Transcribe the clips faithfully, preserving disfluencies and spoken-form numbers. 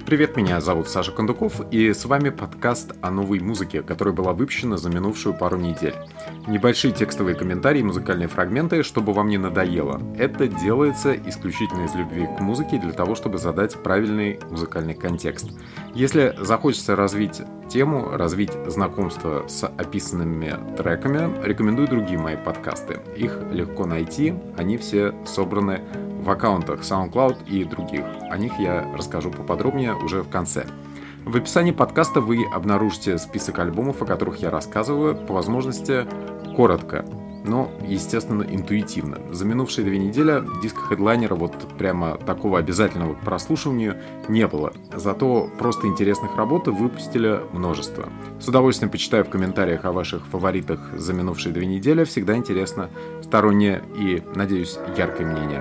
Привет, меня зовут Саша Кондуков, и с вами подкаст о новой музыке, которая была выпущена за минувшую пару недель. Небольшие текстовые комментарии и музыкальные фрагменты, чтобы вам не надоело. Это делается исключительно из любви к музыке для того, чтобы задать правильный музыкальный контекст. Если захочется развить тему, развить знакомство с описанными треками, рекомендую другие мои подкасты. Их легко найти, они все собраны в аккаунтах SoundCloud и других. О них я расскажу поподробнее уже в конце. В описании подкаста вы обнаружите список альбомов, о которых я рассказываю, по возможности коротко, но, естественно, интуитивно. За минувшие две недели диско-хедлайнера вот прямо такого обязательного к прослушиванию не было. Зато просто интересных работ выпустили множество. С удовольствием почитаю в комментариях о ваших фаворитах за минувшие две недели. Всегда интересно стороннее и, надеюсь, яркое мнение.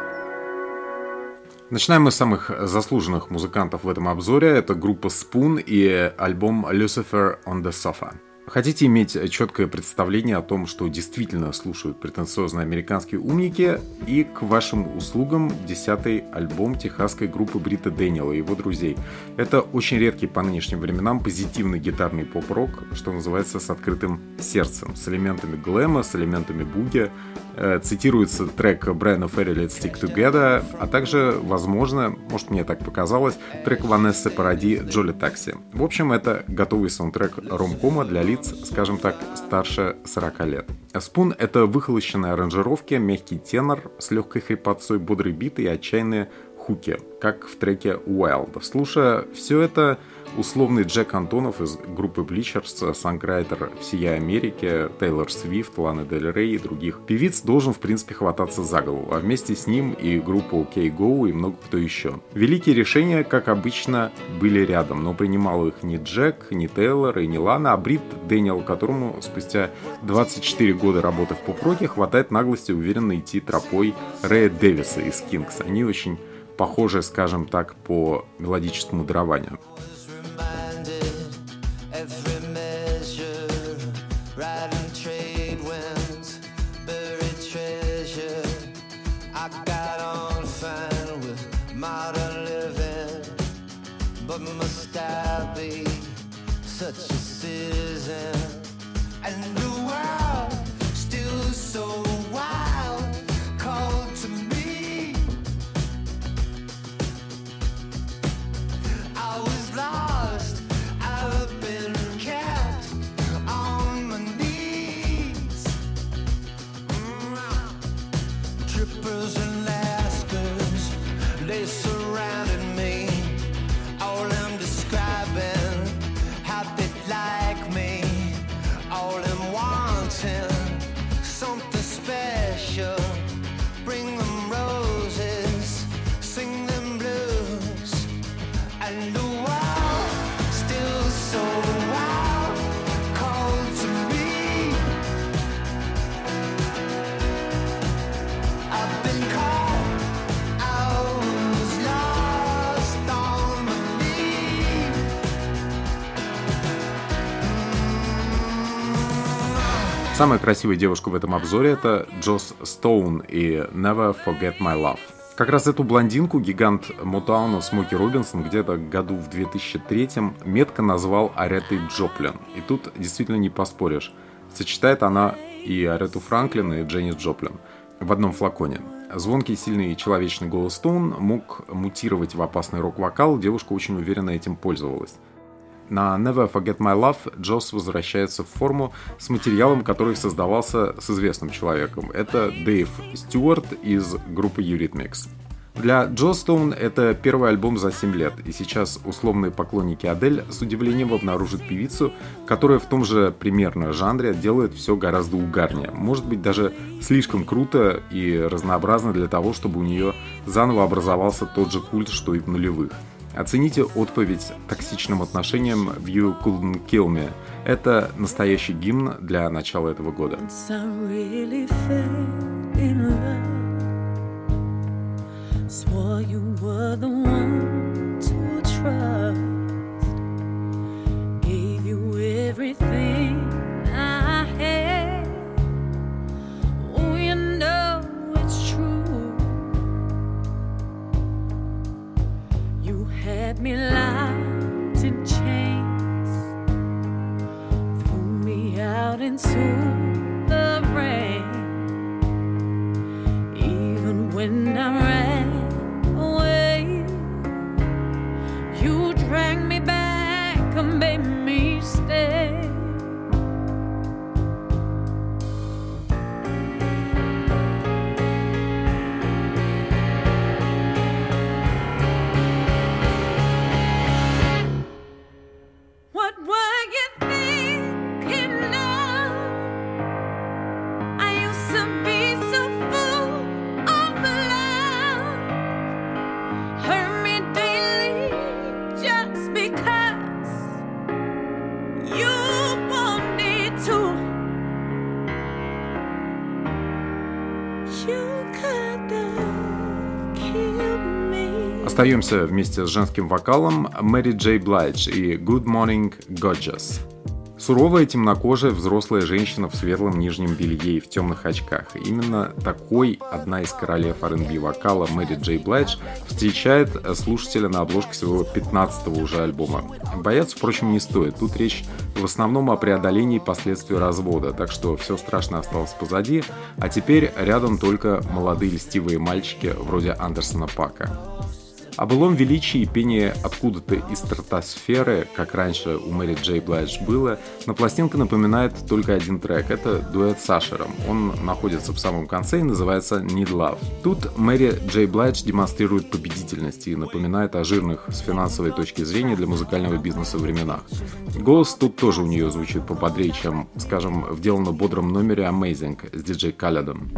Начинаем мы с самых заслуженных музыкантов в этом обзоре. Это группа Spoon и альбом Lucifer on the Sofa. Хотите иметь четкое представление о том, что действительно слушают претенциозные американские умники, и к вашим услугам десятый альбом техасской группы Брита Дэниела и его друзей. Это очень редкий по нынешним временам позитивный гитарный поп-рок, что называется, с открытым сердцем, с элементами глэма, с элементами буги. Цитируется трек Брайана Ферри «Let's Stick Together», а также, возможно, может мне так показалось, трек Ванессы Паради «Джоли Такси». В общем, это готовый саундтрек ромкома для лиц, скажем так, старше сорока лет. Spoon — это выхолощенные аранжировки, мягкий тенор с легкой хрипотцой, бодрый бит и отчаянные хуки, как в треке Wild. Слушая все это, условный Джек Антонов из группы Bleachers, санграйтер всей Америки, Тейлор Свифт, Лана Дель Рей и других певиц должен, в принципе, хвататься за голову, а вместе с ним и группа OK Go и много кто еще. Великие решения, как обычно, были рядом, но принимал их не Джек, не Тейлор и не Лана, а Брит Дэниел, которому спустя двадцать четыре года работы в поп-роке хватает наглости уверенно идти тропой Рэя Дэвиса из Кингс. Они очень похожи, скажем так, по мелодическому дарованию. Самая красивая девушка в этом обзоре — это Джосс Стоун и Never Forget My Love. Как раз эту блондинку гигант Мотауна Смоки Робинсон где-то году в две тысячи третьем метко назвал Аретой Джоплин. И тут действительно не поспоришь. Сочетает она и Арету Франклин, и Дженнис Джоплин в одном флаконе. Звонкий, сильный и человечный голос Стоун мог мутировать в опасный рок-вокал, девушка очень уверенно этим пользовалась. На Never Forget My Love Джосс возвращается в форму с материалом, который создавался с известным человеком. Это Дэйв Стюарт из группы Eurythmics. Для Джосс Стоун это первый альбом за семь лет, и сейчас условные поклонники Адель с удивлением обнаружат певицу, которая в том же примерно жанре делает все гораздо угарнее. Может быть, даже слишком круто и разнообразно для того, чтобы у нее заново образовался тот же культ, что и в нулевых. Оцените отповедь токсичным отношениям в You Couldn't Kill Me. Это настоящий гимн для начала этого года. Swore you were the one to trust. Gave you everything I had. Oh, you know it's true. You had me like into the rain. Even when I ran away, you dragged me back and made me stay. Остаемся вместе с женским вокалом Мэри Джей Блайдж и Good Morning Gorgeous. Суровая, темнокожая, взрослая женщина в светлом нижнем белье и в темных очках. Именно такой одна из королев ар энд би вокала Мэри Джей Блайдж встречает слушателя на обложке своего пятнадцатого уже альбома. Бояться, впрочем, не стоит. Тут речь в основном о преодолении последствий развода, так что все страшное осталось позади, а теперь рядом только молодые льстивые мальчики вроде Андерсона Пака. О былом величии и пении откуда-то из стратосферы, как раньше у Мэри Джей Блайдж было, но пластинка напоминает только один трек. Это дуэт с Ашером. Он находится в самом конце и называется Need Love. Тут Мэри Джей Блайдж демонстрирует победительность и напоминает о жирных с финансовой точки зрения для музыкального бизнеса временах. Голос тут тоже у нее звучит пободрее, чем, скажем, в деланно бодром номере Amazing с диджей Khaledом.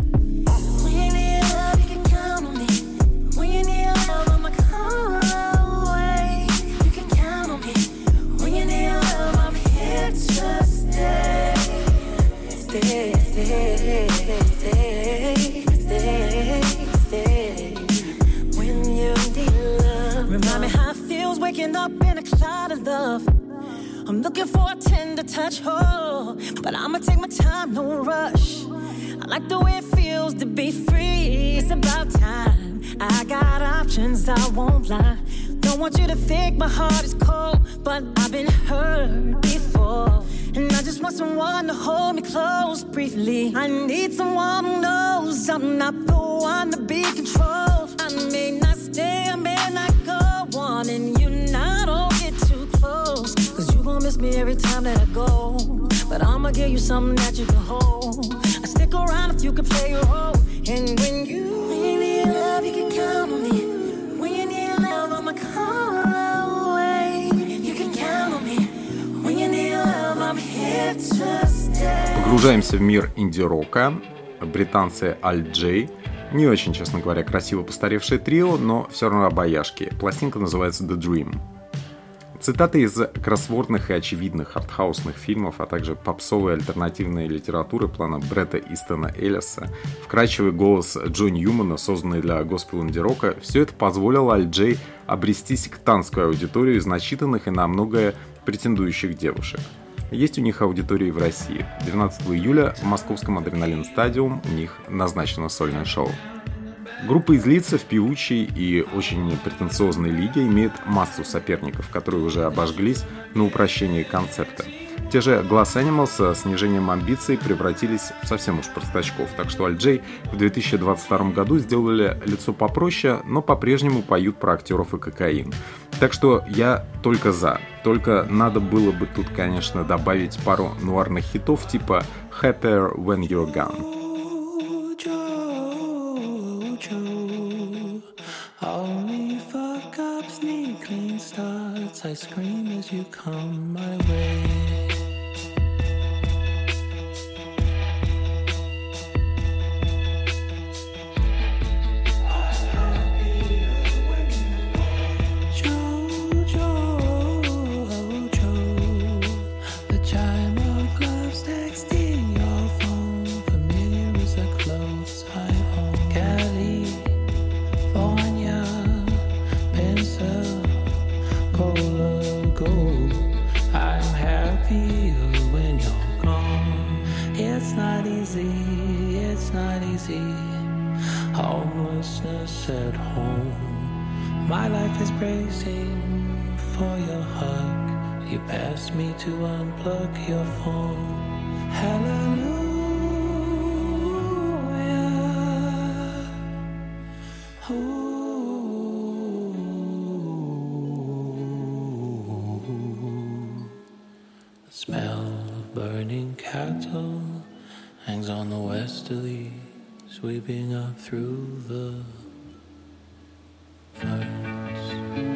Waking up in a cloud of love, I'm looking for a tender touch, oh, but I'ma take my time, no rush. I like the way it feels to be free. It's about time. I got options, I won't lie. Don't want you to think my heart is cold, but I've been hurt before, and I just want someone to hold me close briefly. I need someone who knows I'm not the one to be controlled. I may not stay, I may not go on, and you not don't get too close, cause you gon' miss me every time that I go. But I'ma give you something that you can hold. I stick around if you can play your role. And when you, when you need love, you can count on me. When you need love, I'ma call away. You can count on me. When you need love, I'm here to stay. Погружаемся в мир инди-рока. Британцы Аль Джей. Не очень, честно говоря, красиво постаревшее трио, но все равно обаяшки. Пластинка называется The Dream. Цитаты из кроссвордных и очевидных артхаусных фильмов, а также попсовой альтернативной литературы плана Бретта Истона Эллиса, вкрадчивый голос Джо Ньюмана, созданный для госпел-инди-рока, все это позволило Аль Джей обрести сектантскую аудиторию из начитанных и на многое претендующих девушек. Есть у них аудитория и в России. двенадцатого июля в московском Адреналин Стадиум у них назначено сольное шоу. Группа излится в певучей и очень претенциозной лиге, имеет массу соперников, которые уже обожглись на упрощении концепта. Те же Glass Animals со снижением амбиций превратились в совсем уж простачков, так что Аль Джей в две тысячи двадцать втором году сделали лицо попроще, но по-прежнему поют про актеров и кокаин. Так что я только за. Только надо было бы тут, конечно, добавить пару нуарных хитов типа Happier When You're Gone. I scream as you come my way. Joe, Joe, Joe, the chime of love's texting your phone, familiar as the clothes I own. California, pencil. I'm happier when you're gone. It's not easy, it's not easy. Homelessness at home. My life is bracing for your hug. You passed me to unplug your phone. Hangs on the westerly, sweeping up through the ferns.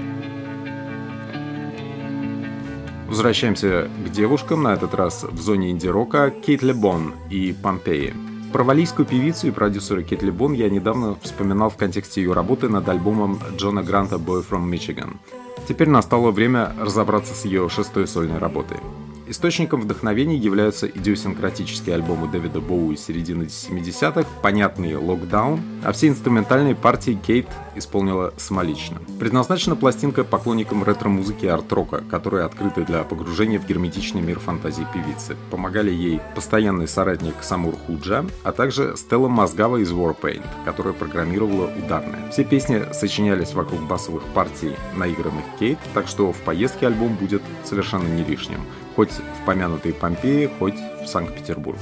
Возвращаемся к девушкам, на этот раз в зоне инди-рока, Кейт Лебон и Помпеи. Про валлийскую певицу и продюсера Кейт Лебон я недавно вспоминал в контексте ее работы над альбомом Джона Гранта «Boy from Michigan». Теперь настало время разобраться с ее шестой сольной работой. Источником вдохновения являются идиосинкратические альбомы Дэвида Боуи середины семидесятых, понятный «Lockdown», а все инструментальные партии Кейт исполнила самолично. Предназначена пластинка поклонникам ретро-музыки и арт-рока, которые открыты для погружения в герметичный мир фантазии певицы. Помогали ей постоянный соратник Самур Худжа, а также Стелла Мозгава из Warpaint, которая программировала ударные. Все песни сочинялись вокруг басовых партий, наигранных Кейт, так что в поездке альбом будет совершенно не лишним. Хоть в помянутой Помпеи, хоть в Санкт-Петербург.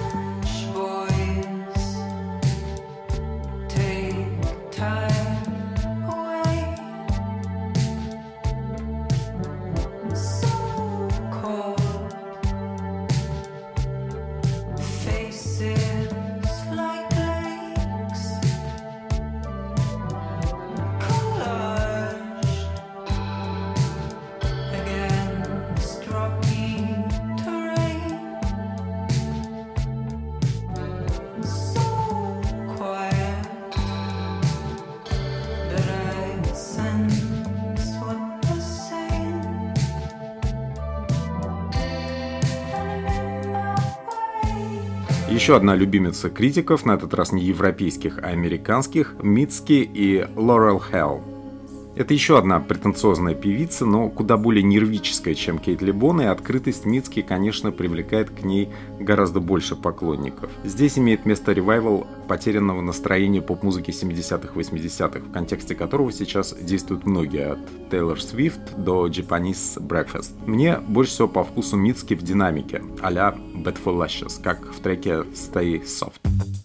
Еще одна любимица критиков, на этот раз не европейских, а американских, Mitski и Laurel Hell. Это еще одна претенциозная певица, но куда более нервическая, чем Кейт Лебон, и открытость Mitski, конечно, привлекает к ней гораздо больше поклонников. Здесь имеет место ревайвал потерянного настроения поп-музыки семидесятых-восьмидесятых, в контексте которого сейчас действуют многие, от Taylor Swift до Japanese Breakfast. Мне больше всего по вкусу Mitski в динамике, а-ля Bad for Lashes, как в треке Stay Soft.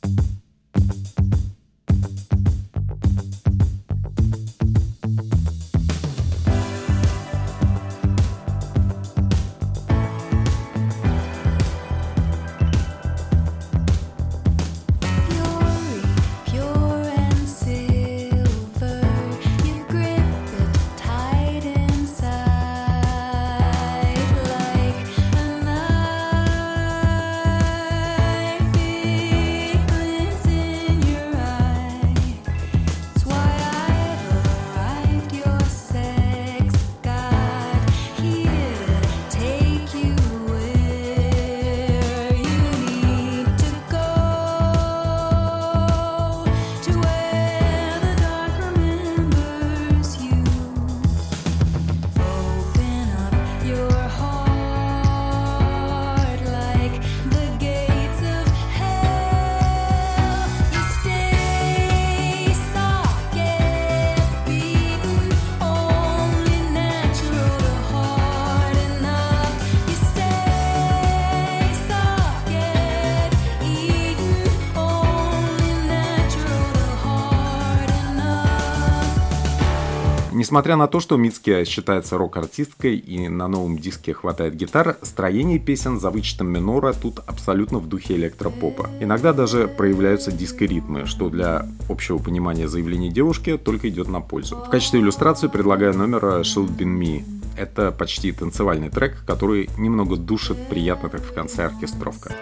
Несмотря на то, что Mitski считается рок-артисткой и на новом диске хватает гитар, строение песен за вычетом минора тут абсолютно в духе электропопа. Иногда даже проявляются диско-ритмы, что для общего понимания заявлений девушки только идет на пользу. В качестве иллюстрации предлагаю номер Should Be Me. Это почти танцевальный трек, который немного душит, приятно так в конце оркестровка.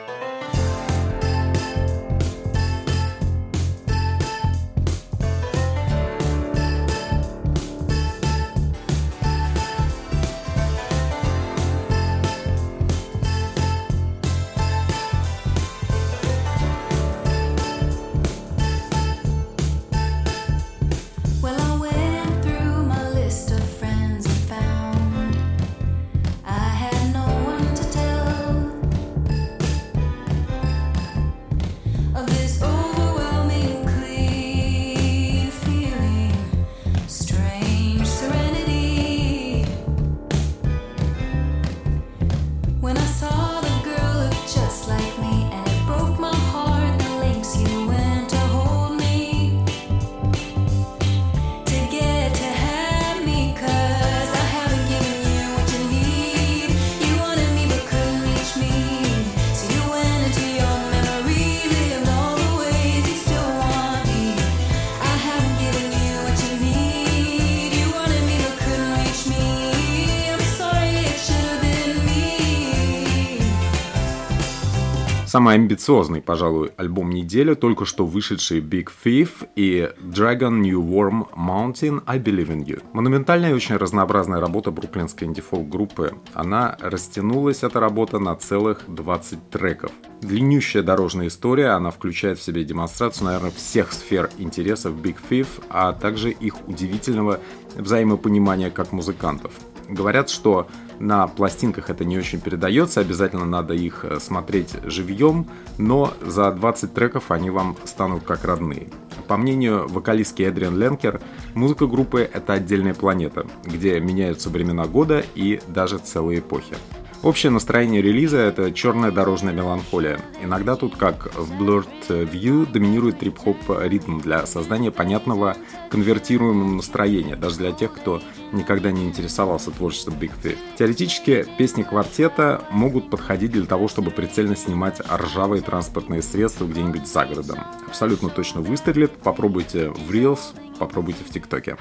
Самый амбициозный, пожалуй, альбом недели, только что вышедший Big Thief и Dragon New Worm Mountain I Believe in You. Монументальная и очень разнообразная работа бруклинской инди-фолк-группы. Она растянулась, эта работа, на целых двадцать треков. Длиннющая дорожная история, она включает в себе демонстрацию, наверное, всех сфер интересов Big Thief, а также их удивительного взаимопонимания как музыкантов. Говорят, что на пластинках это не очень передается, обязательно надо их смотреть живьем, но за двадцать треков они вам станут как родные. По мнению вокалистки Эдриан Ленкер, музыка группы — это отдельная планета, где меняются времена года и даже целые эпохи. Общее настроение релиза — это черная дорожная меланхолия. Иногда тут, как в Blurred View, доминирует трип-хоп ритм для создания понятного конвертируемого настроения, даже для тех, кто никогда не интересовался творчеством Big Thief. Теоретически, песни квартета могут подходить для того, чтобы прицельно снимать ржавые транспортные средства где-нибудь за городом. Абсолютно точно выстрелит. Попробуйте в Reels, попробуйте в ТикТоке.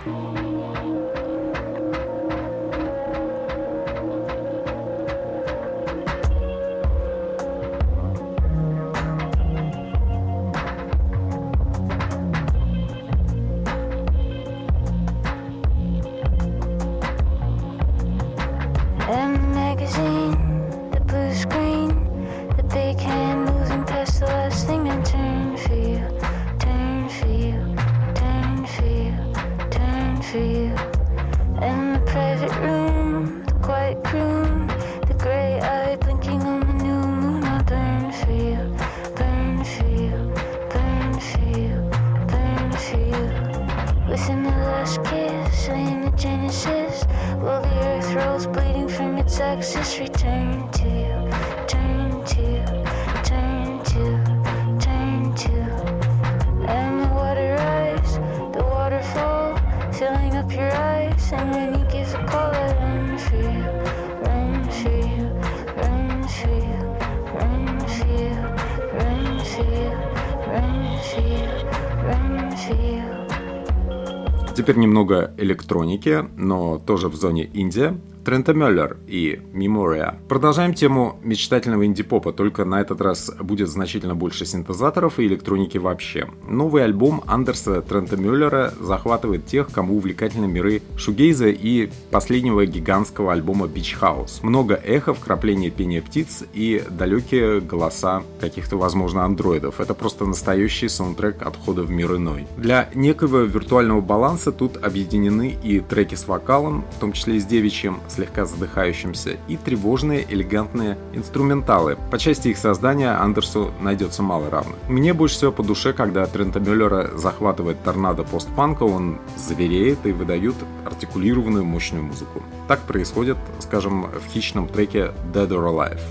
Теперь немного электроники, но тоже в зоне инди. Трента Мюллер и Memoria. Продолжаем тему мечтательного инди-попа, только на этот раз будет значительно больше синтезаторов и электроники вообще. Новый альбом Андерса Трента Мюллера захватывает тех, кому увлекательны миры шугейза и последнего гигантского альбома Beach House. Много эхо, вкрапления пения птиц и далекие голоса каких-то, возможно, андроидов. Это просто настоящий саундтрек отхода в мир иной. Для некоего виртуального баланса тут объединены и треки с вокалом, в том числе и с девичьим, слегка задыхающимся, и тревожные, элегантные инструменталы. По части их создания Андерсу найдется мало равных. Мне больше всего по душе, когда Трента Мюллера захватывает торнадо постпанка, он звереет и выдает артикулированную мощную музыку. Так происходит, скажем, в хищном треке Dead or Alive.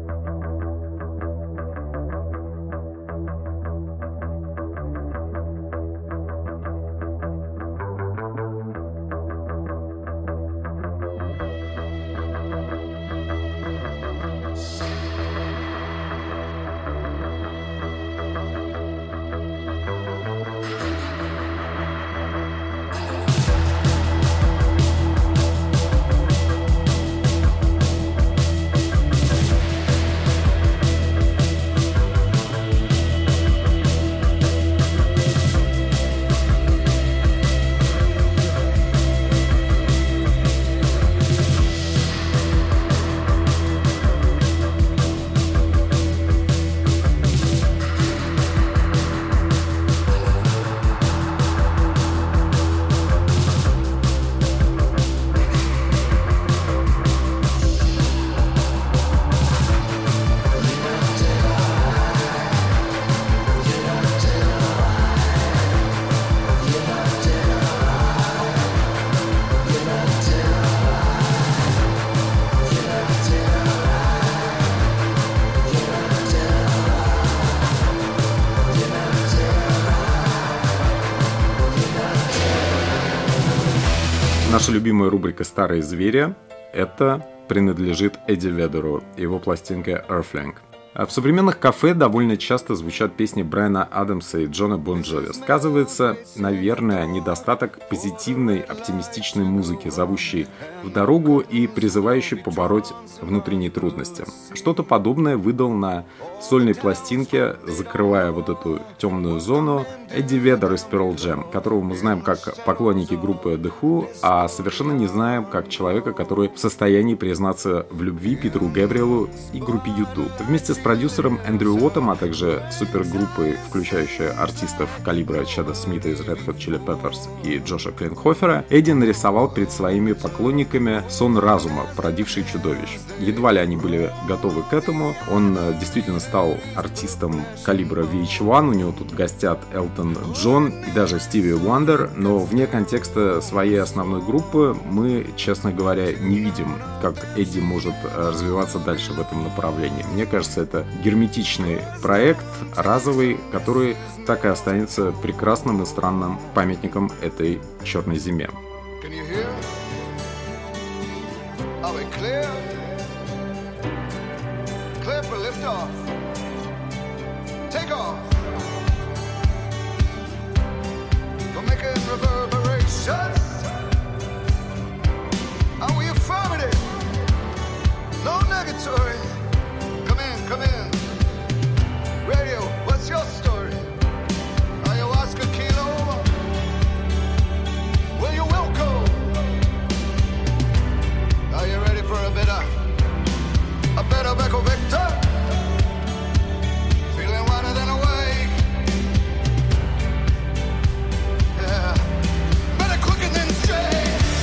Наша любимая рубрика «Старые звери» — это принадлежит Эдди Ведеру и его пластинке Earthling. В современных кафе довольно часто звучат песни Брайана Адамса и Джона Бон Джови. Сказывается, наверное, недостаток позитивной, оптимистичной музыки, зовущей в дорогу и призывающей побороть внутренние трудности. Что-то подобное выдал на сольной пластинке, закрывая вот эту темную зону, Эдди Ведер из Pearl Jam, которого мы знаем как поклонники группы The Who, а совершенно не знаем как человека, который в состоянии признаться в любви Питеру Гэбриэлу и группе ю ту. Вместе с продюсером Эндрю Уоттом, а также супергруппой, включающей артистов калибра Чада Смита из Red Hot Chili Peppers и Джоша Клинхофера, Эдди нарисовал перед своими поклонниками сон разума, породивший чудовищ. Едва ли они были готовы к этому. Он действительно стал артистом калибра ви эйч один, у него тут гостят Элтон Джон и даже Стиви Уандер, но вне контекста своей основной группы мы, честно говоря, не видим, как Эдди может развиваться дальше в этом направлении. Мне кажется, это герметичный проект, разовый, который так и останется прекрасным и странным памятником этой черной зиме. Come in, come in. Radio, what's your story? Ayahuasca kilo? Well, you will go. Are you ready for a bit of, a bit of Echo Victor? Feeling wider than awake. Yeah. Better quicker than straight.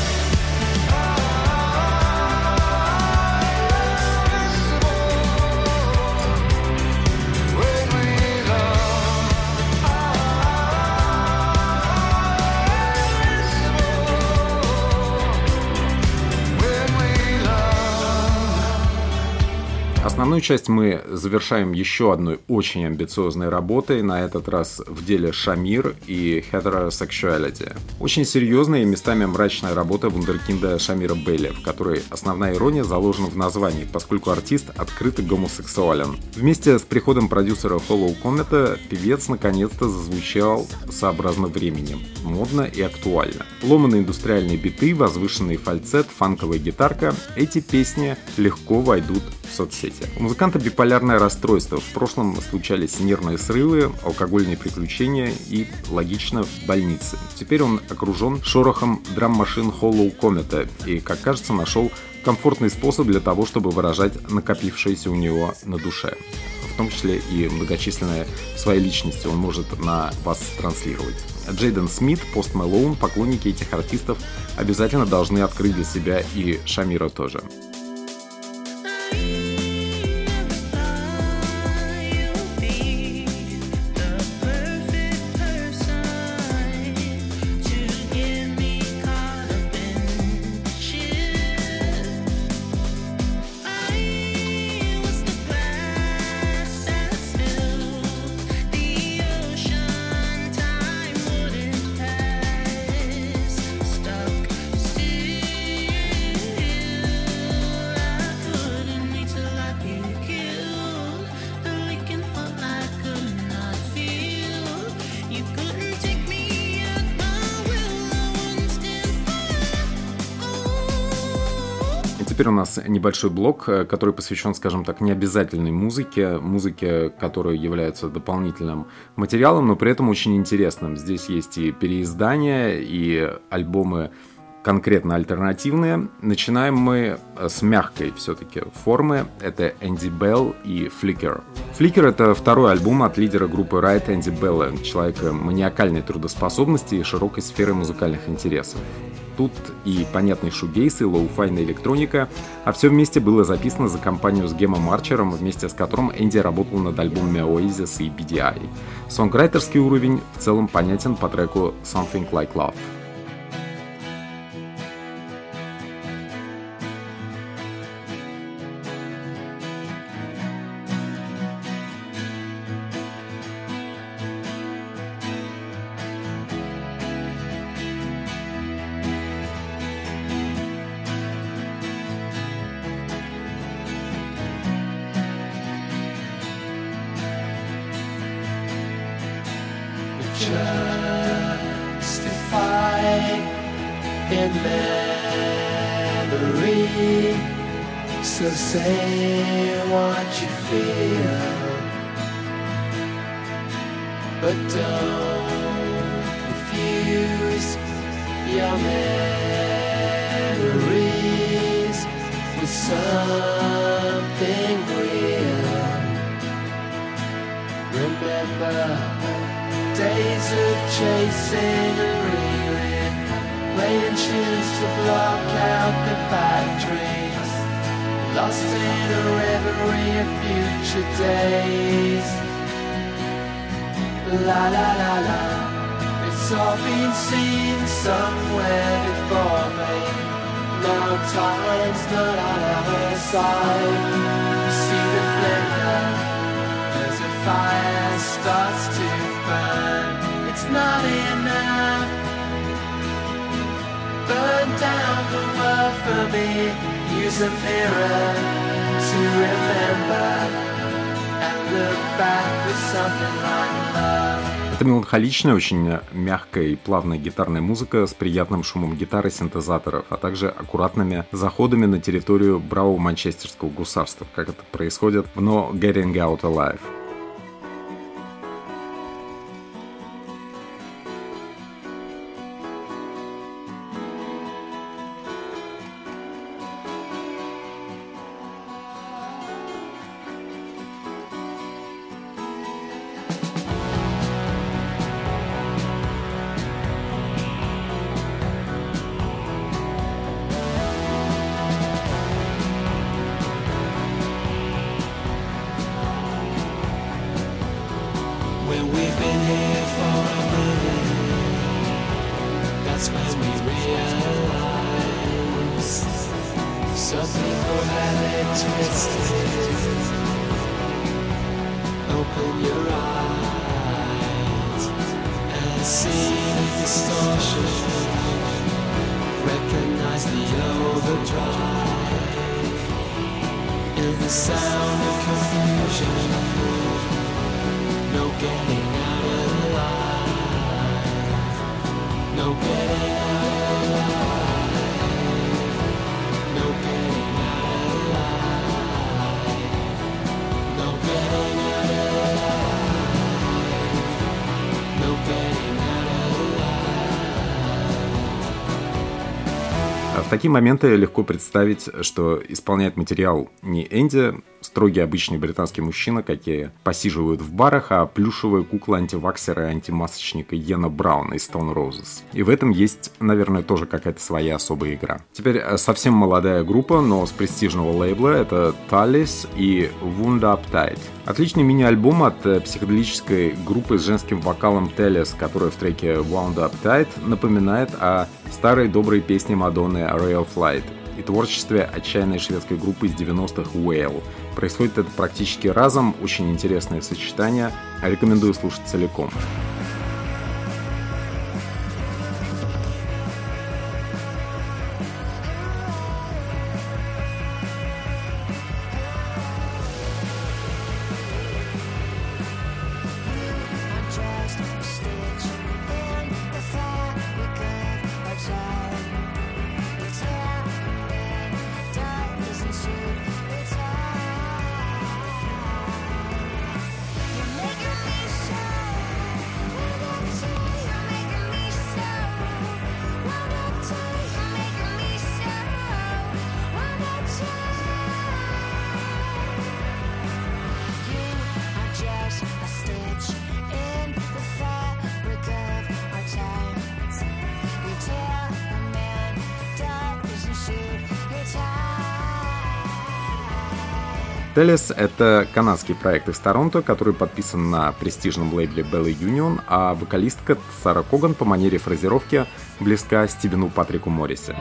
Основную часть мы завершаем еще одной очень амбициозной работой, на этот раз в деле Шамир и Heterosexuality. Очень серьезная и местами мрачная работа вундеркинда Шамира Бейли, в которой основная ирония заложена в названии, поскольку артист открыто гомосексуален. Вместе с приходом продюсера Hollow Comet певец наконец-то зазвучал сообразно времени, модно и актуально. Ломаные индустриальные биты, возвышенный фальцет, фанковая гитарка — эти песни легко войдут в соцсети. У музыканта биполярное расстройство. В прошлом случались нервные срывы, алкогольные приключения и, логично, в больнице. Теперь он окружен шорохом драм-машин Hollow Comet и, как кажется, нашел комфортный способ для того, чтобы выражать накопившееся у него на душе. В том числе и многочисленные свои личности он может на вас транслировать. Джейден Смит, Пост Мэлоун, поклонники этих артистов обязательно должны открыть для себя и Шамира тоже. Теперь у нас небольшой блок, который посвящен, скажем так, необязательной музыке, музыке, которая является дополнительным материалом, но при этом очень интересным. Здесь есть и переиздания, и альбомы конкретно альтернативные. Начинаем мы с мягкой все-таки формы. Это Энди Белл и Flicker. Flicker — это второй альбом от лидера группы Riot Энди Белла, человека маниакальной трудоспособности и широкой сферы музыкальных интересов. Тут и понятный шугейс, и лоу-файная электроника, а все вместе было записано за компанию с Гемом Арчером, вместе с которым Энди работал над альбомами Oasis и би ди ай. Сонграйтерский уровень в целом понятен по треку Something Like Love. justified in memory. So say what you feel, but don't confuse your memories with something real. Remember days of chasing and reeling, playing tunes to block out the bad dreams, lost in a reverie of future days. La la la la, it's all been seen somewhere before me. Now time's not on our side. See the flicker as a fire starts to burn. It's not enough. Burn down the world for me. Use a mirror to remember and look back with something like love. Это меланхоличная, очень мягкая и плавная гитарная музыка с приятным шумом гитары и синтезаторов, а также аккуратными заходами на территорию бравого манчестерского гусарства, как это происходит в No Getting Out Alive. When we've been here for a minute, that's when we realize some people have it twisted. Open your eyes and see the distortion. Recognize the overdrive in the sound of confusion. No getting out alive. No getting out alive. No getting out alive. No getting out alive. No getting out alive. В такие моменты легко представить, что исполняет материал не Энди, строгий обычный британский мужчина, какие посиживают в барах, а плюшевая кукла антиваксера и антимасочника Йена Брауна из Stone Roses. И в этом есть, наверное, тоже какая-то своя особая игра. Теперь совсем молодая группа, но с престижного лейбла, это Talis и Wound Up Tight. Отличный мини-альбом от психоделической группы с женским вокалом Talis, которая в треке Wound Up Tight напоминает о старой доброй песне Мадонны Ray of Light и творчестве отчаянной шведской группы из девяностых Whale. Происходит это практически разом, очень интересное сочетание, рекомендую слушать целиком. Talis — это канадский проект из Торонто, который подписан на престижном лейбле Belly Union, а вокалистка Сара Коган по манере фразировки близка Стивену Патрику Морриси.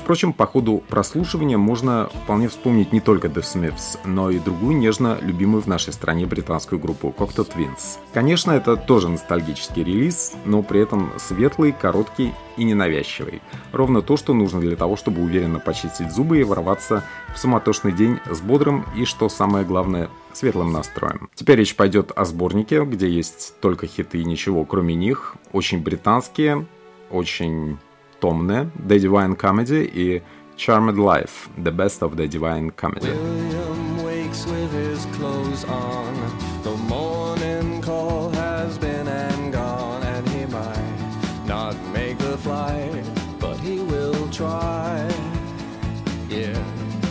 Впрочем, по ходу прослушивания можно вполне вспомнить не только The Smiths, но и другую нежно любимую в нашей стране британскую группу Cocteau Twins. Конечно, это тоже ностальгический релиз, но при этом светлый, короткий и ненавязчивый. Ровно то, что нужно для того, чтобы уверенно почистить зубы и ворваться в суматошный день с бодрым и, что самое главное, светлым настроем. Теперь речь пойдет о сборнике, где есть только хиты и ничего кроме них. Очень британские, очень томные The Divine Comedy и Charmed Life, The Best of the Divine Comedy. William wakes with his clothes on. The morning call has been and gone, and he might not make the flight, but he will try. Yeah.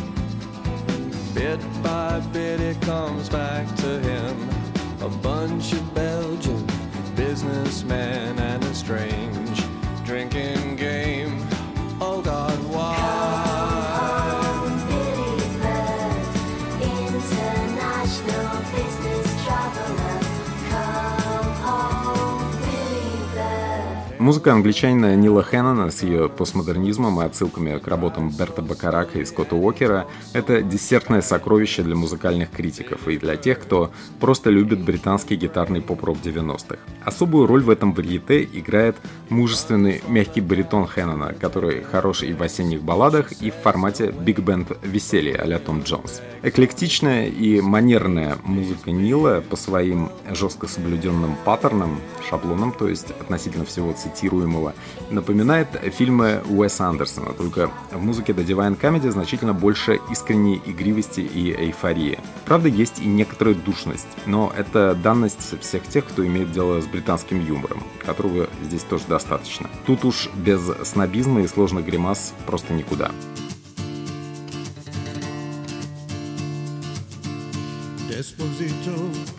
Bit by bit it comes back to him. A bunch of Belgian businessmen and a strange drinking game. Oh God, why? Come home, Billy Bird, international business traveler. Come home, Billy Bird. Музыка англичанина Нила Хэннона с ее постмодернизмом и отсылками к работам Берта Бакарака и Скотта Уокера – это десертное сокровище для музыкальных критиков и для тех, кто просто любит британский гитарный поп-рок девяностых. Особую роль в этом варьете играет мужественный мягкий баритон Хэннона, который хорош и в осенних балладах, и в формате биг-бенд веселья а-ля Том Джонс. Эклектичная и манерная музыка Нила по своим жестко соблюденным паттернам, шаблонам, то есть относительно всего цитируемого, напоминает фильмы Уэса Андерсона, только в музыке The Divine Comedy значительно больше искренней игривости и эйфории. Правда, есть и некоторая душность, но это данность всех тех, кто имеет дело с британским юмором, которого здесь тоже достаточно. Тут уж без снобизма и сложных гримас просто никуда. Desposito,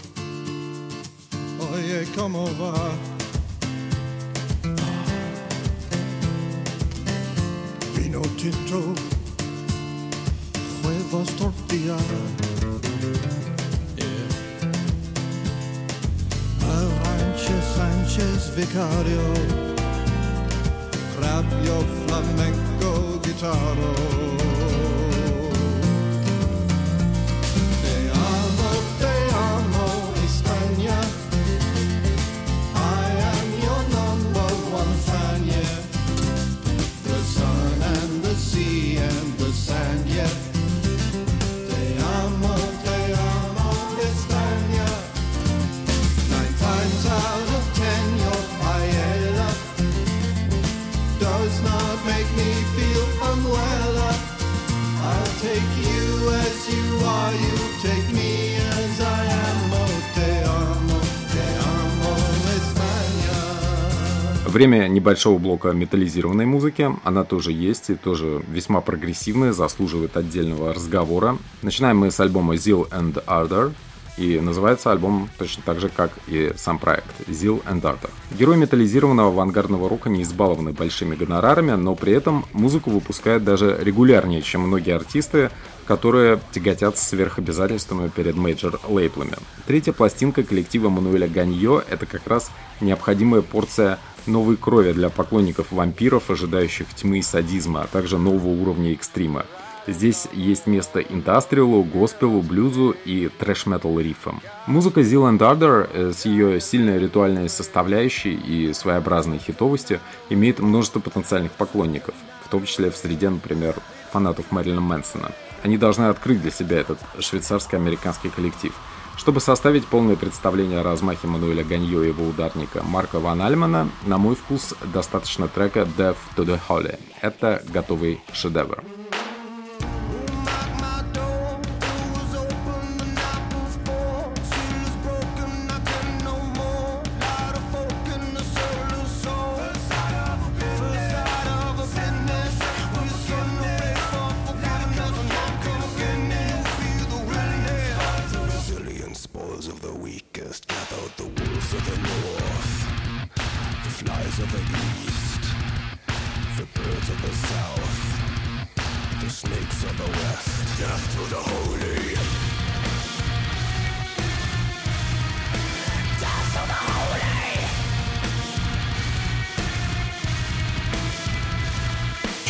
oye, ¿cómo va? Vino tinto, huevos, tortilla. Yeah. Arantxa Sánchez Vicario, Crabio flamenco guitarro. Время небольшого блока металлизированной музыки, она тоже есть и тоже весьма прогрессивная, заслуживает отдельного разговора. Начинаем мы с альбома Zeal and Ardor, и называется альбом точно так же, как и сам проект Zeal and Ardor. Герой металлизированного авангардного рока не избалованы большими гонорарами, но при этом музыку выпускает даже регулярнее, чем многие артисты, которые тяготятся сверхобязательствами перед мейджор-лейблами. Третья пластинка коллектива Мануэля Ганьо – это как раз необходимая порция новой крови для поклонников вампиров, ожидающих тьмы и садизма, а также нового уровня экстрима. Здесь есть место индастриалу, госпелу, блюзу и трэш-метал рифам. Музыка Zeal and Ardor с ее сильной ритуальной составляющей и своеобразной хитовостью имеет множество потенциальных поклонников, в том числе в среде, например, фанатов Мэрилина Мэнсона. Они должны открыть для себя этот швейцарско-американский коллектив. Чтобы составить полное представление о размахе Мануэля Ганьо и его ударника Марка Ван Альмана, на мой вкус, достаточно трека Death to the Holy. Это готовый шедевр.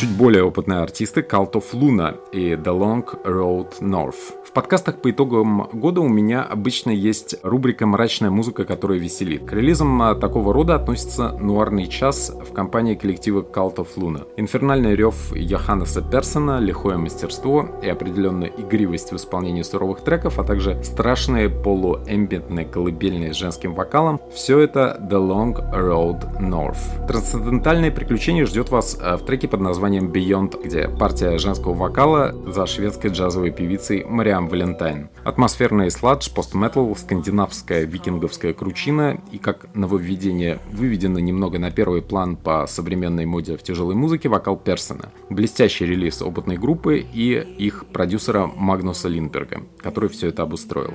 чуть более опытные артисты Cult of Luna и The Long Road North. В подкастах по итогам года у меня обычно есть рубрика «Мрачная музыка, которая веселит». К релизам такого рода относится «Нуарный час» в компании коллектива Cult of Luna. Инфернальный рев Йоханнеса Персона, лихое мастерство и определенная игривость в исполнении суровых треков, а также страшные полуэмбиентные колыбельные с женским вокалом – все это The Long Road North. Трансцендентальное приключение ждет вас в треке под названием Beyond, где партия женского вокала за шведской джазовой певицей Мариам Валентайн. Атмосферный сладж, пост-метал, скандинавская викинговская кручина и как нововведение выведено немного на первый план по современной моде в тяжелой музыке вокал Персона. Блестящий релиз опытной группы и их продюсера Магнуса Линдберга, который все это обустроил.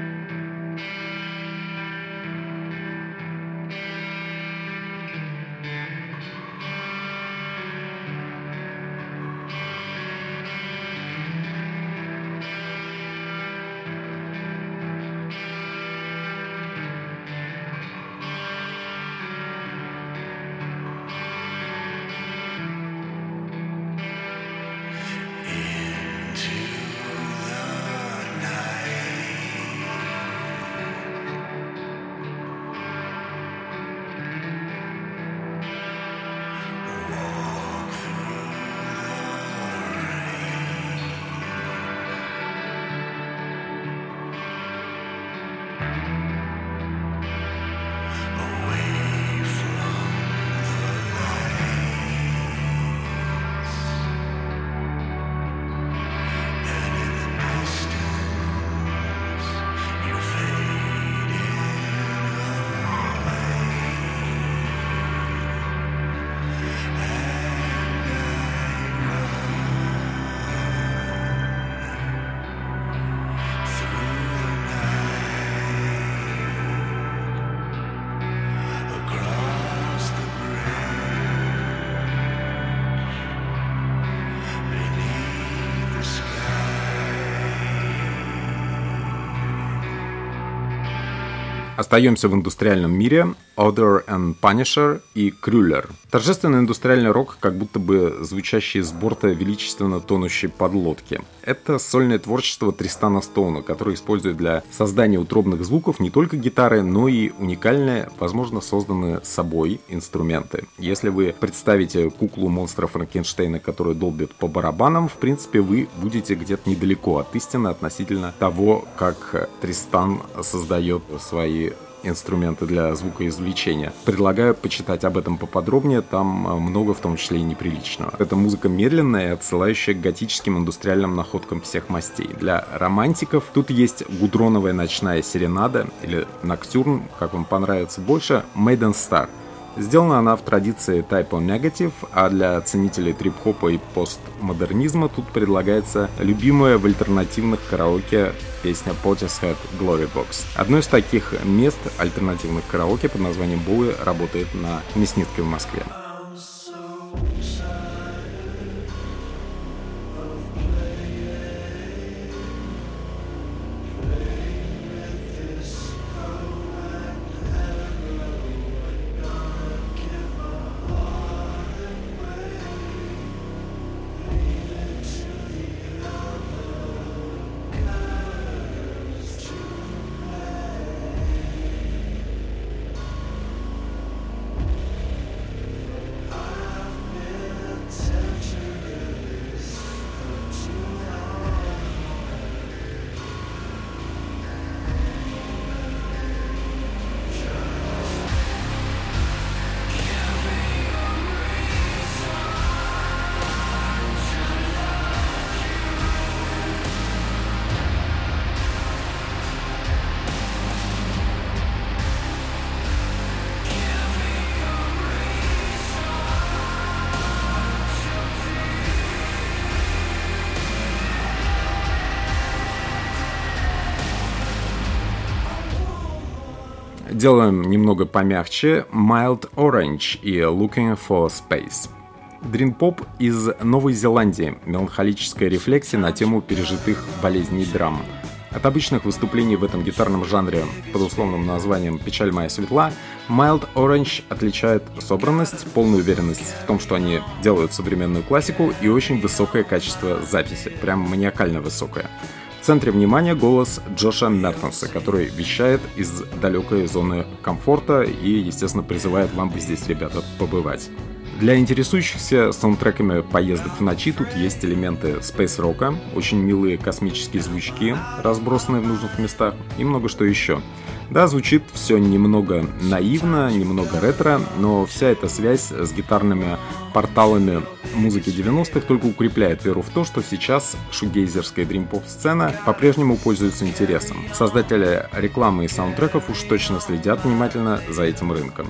Остаемся в индустриальном мире. Other and Punisher и Крюлер. Торжественный индустриальный рок, как будто бы звучащий с борта величественно тонущей подлодки. Это сольное творчество Тристана Стоуна, который использует для создания утробных звуков не только гитары, но и уникальные, возможно, созданные собой инструменты. Если вы представите куклу монстра Франкенштейна, которая долбит по барабанам, в принципе, вы будете где-то недалеко от истины относительно того, как Тристан создает свои инструменты для звукоизвлечения. Предлагаю почитать об этом поподробнее, там много в том числе и неприличного. Это музыка медленная и отсылающая к готическим индустриальным находкам всех мастей. Для романтиков тут есть гудроновая ночная серенада или ноктюрн, как вам понравится больше, Maiden Star. Сделана она в традиции Type O Negative, а для ценителей трип-хопа и постмодернизма тут предлагается любимая в альтернативных караоке песня Portishead Glory Box. Одно из таких мест альтернативных караоке под названием Боуи работает на Мясницкой в Москве. Делаем немного помягче Mild Orange и Looking for Space. Дрим-поп из Новой Зеландии, меланхолическая рефлексия на тему пережитых болезней и драм. От обычных выступлений в этом гитарном жанре под условным названием «Печаль моя светла» Mild Orange отличает собранность, полную уверенность в том, что они делают современную классику, и очень высокое качество записи, прям маниакально высокое. В центре внимания голос Джоша Мертенса, который вещает из далекой зоны комфорта и, естественно, призывает вам бы здесь, ребята, побывать. Для интересующихся саундтреками поездок в ночи тут есть элементы спейс-рока, очень милые космические звучки, разбросанные в нужных местах, и много что еще. Да, звучит все немного наивно, немного ретро, но вся эта связь с гитарными порталами музыки девяностых только укрепляет веру в то, что сейчас шугейзерская дрим-поп-сцена по-прежнему пользуется интересом. Создатели рекламы и саундтреков уж точно следят внимательно за этим рынком.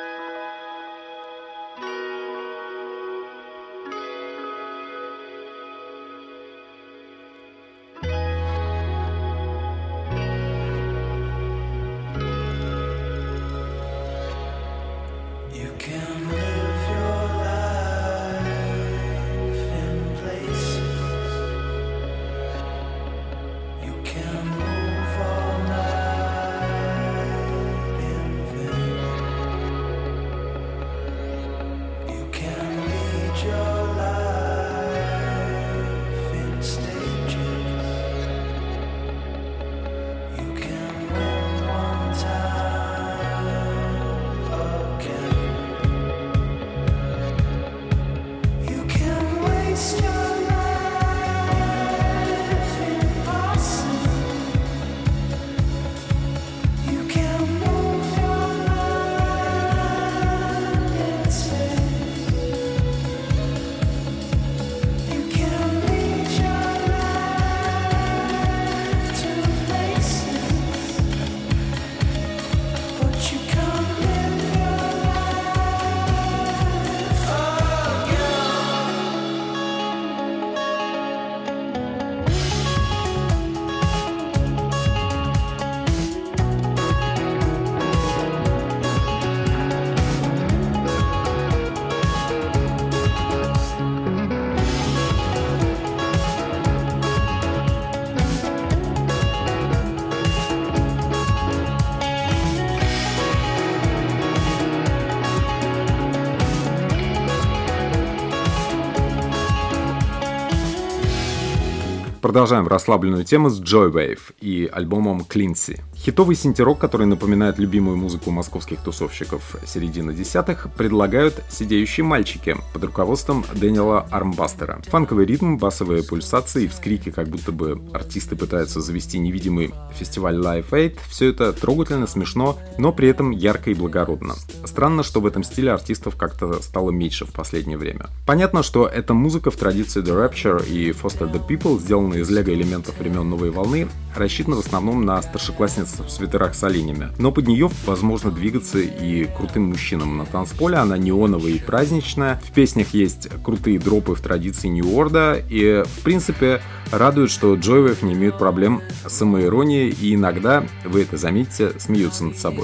Продолжаем расслабленную тему с Joywave и альбомом Cleansy. Хитовый синти-рок, который напоминает любимую музыку московских тусовщиков середины десятых, предлагают сидеющие мальчики под руководством Дэниела Армбастера. Фанковый ритм, басовые пульсации и вскрики, как будто бы артисты пытаются завести невидимый фестиваль Live Aid. Все это трогательно, смешно, но при этом ярко и благородно. Странно, что в этом стиле артистов как-то стало меньше в последнее время. Понятно, что эта музыка в традиции The Rapture и Foster the People, сделанная из лего-элементов времен новой волны, рассчитана в основном на старшеклассниц в свитерах с оленями. Но под нее возможно двигаться и крутым мужчинам на танцполе. Она неоновая и праздничная. В песнях есть крутые дропы в традиции Нью-Орда. И, в принципе, радует, что Joywave не имеют проблем с самоиронией. И иногда, вы это заметите, смеются над собой.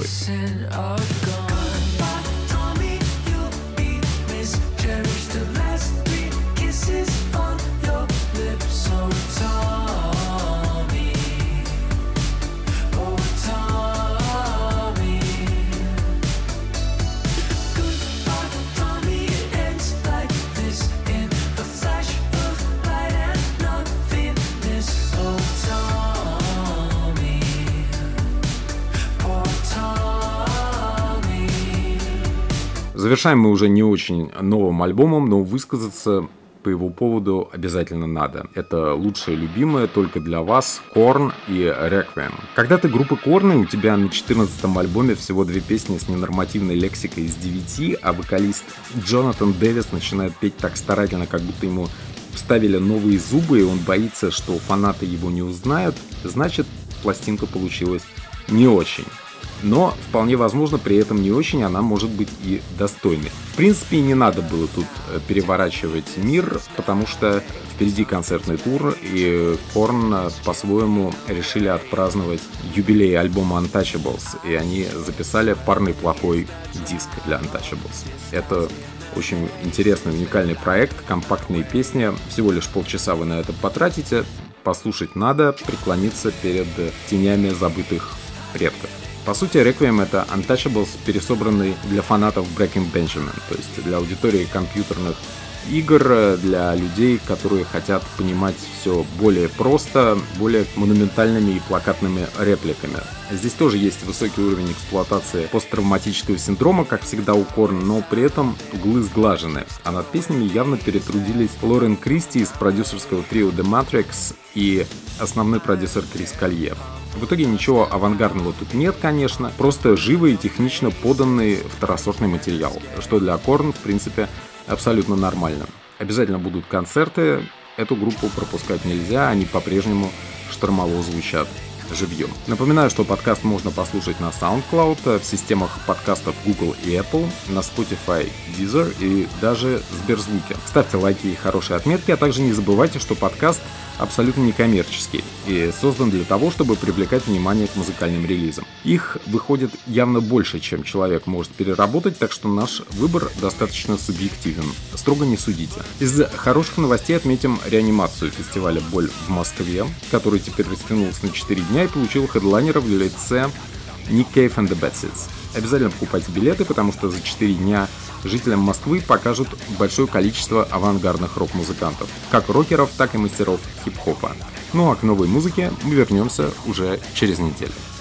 Завершаем мы уже не очень новым альбомом, но высказаться по его поводу обязательно надо. Это лучшее любимое только для вас Korn и Requiem. Когда ты группа Korn, и у тебя на четырнадцатом альбоме всего две песни с ненормативной лексикой из девяти, а вокалист Джонатан Дэвис начинает петь так старательно, как будто ему вставили новые зубы, и он боится, что фанаты его не узнают, значит, пластинка получилась не очень. Но, вполне возможно, при этом не очень она может быть и достойной. В принципе, не надо было тут переворачивать мир, потому что впереди концертный тур, и Korn по-своему решили отпраздновать юбилей альбома Untouchables, и они записали парный плохой диск для Untouchables. Это очень интересный, уникальный проект, компактные песни, всего лишь полчаса вы на это потратите. послушать надо, преклониться перед тенями забытых предков. По сути, Requiem — это Untouchables, пересобранный для фанатов Breaking Benjamin, то есть для аудитории компьютерных игр, для людей, которые хотят понимать все более просто, более монументальными и плакатными репликами. Здесь тоже есть высокий уровень эксплуатации посттравматического синдрома, как всегда у Korn, но при этом углы сглажены. А над песнями явно перетрудились Лорен Кристи из продюсерского трио The Matrix и основной продюсер Крис Колье. В итоге ничего авангардного тут нет, конечно, просто живый и технично поданный второсортный материал, что для Korn, в принципе, абсолютно нормально. Обязательно будут концерты, эту группу пропускать нельзя, они по-прежнему штормово звучат живьем. Напоминаю, что подкаст можно послушать на SoundCloud, в системах подкастов Google и Apple, на Spotify, Deezer и даже Сберзвуке. Ставьте лайки и хорошие отметки, а также не забывайте, что подкаст абсолютно некоммерческий и создан для того, чтобы привлекать внимание к музыкальным релизам. Их выходит явно больше, чем человек может переработать, так что наш выбор достаточно субъективен. Строго не судите. Из хороших новостей отметим реанимацию фестиваля «Боль» в Москве, который теперь растянулся на четыре дня и получил хедлайнера в лице Nick Cave and the Bad Seeds. Обязательно покупайте билеты, потому что за четыре дня жителям Москвы покажут большое количество авангардных рок-музыкантов, как рокеров, так и мастеров хип-хопа. Ну а к новой музыке мы вернемся уже через неделю.